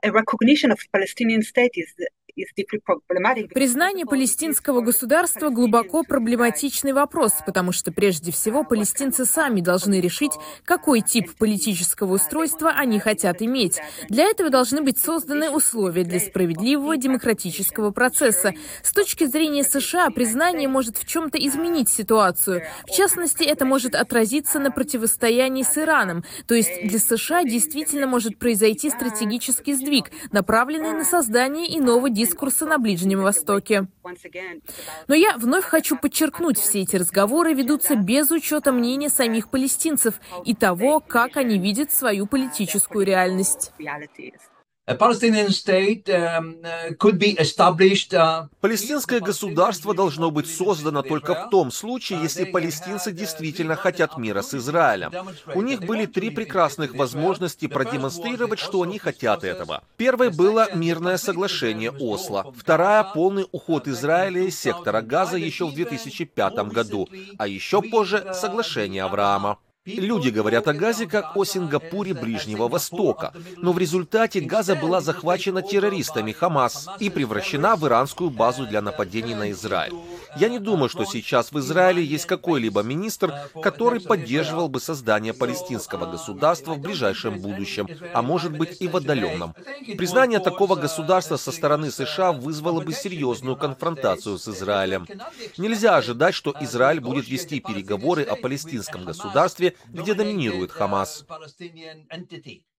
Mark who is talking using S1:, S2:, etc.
S1: Признание палестинского государства глубоко проблематичный вопрос, потому что прежде всего палестинцы сами должны решить, какой тип политического устройства они хотят иметь. Для этого должны быть созданы условия для справедливого демократического процесса. С точки зрения США, признание может в чем-то изменить ситуацию. В частности, это может отразиться на противостоянии с Ираном. То есть для США действительно может произойти стратегический сдвиг, направленный на создание иного дискурса на Ближнем Востоке. Но я вновь хочу подчеркнуть, все эти разговоры ведутся без учета мнения самих палестинцев и того, как они видят свою политическую реальность.
S2: Палестинское государство должно быть создано только в том случае, если палестинцы действительно хотят мира с Израилем. У них были 3 прекрасных возможности продемонстрировать, что они хотят этого. Первой было мирное соглашение Осло. Вторая — полный уход Израиля из сектора Газа еще в 2005 году. А еще позже — соглашение Авраама. Люди говорят о Газе как о Сингапуре Ближнего Востока, но в результате Газа была захвачена террористами Хамас и превращена в иранскую базу для нападений на Израиль. Я не думаю, что сейчас в Израиле есть какой-либо министр, который поддерживал бы создание палестинского государства в ближайшем будущем, а может быть и в отдаленном. Признание такого государства со стороны США вызвало бы серьезную конфронтацию с Израилем. Нельзя ожидать, что Израиль будет вести переговоры о палестинском государстве, где доминирует Хамас.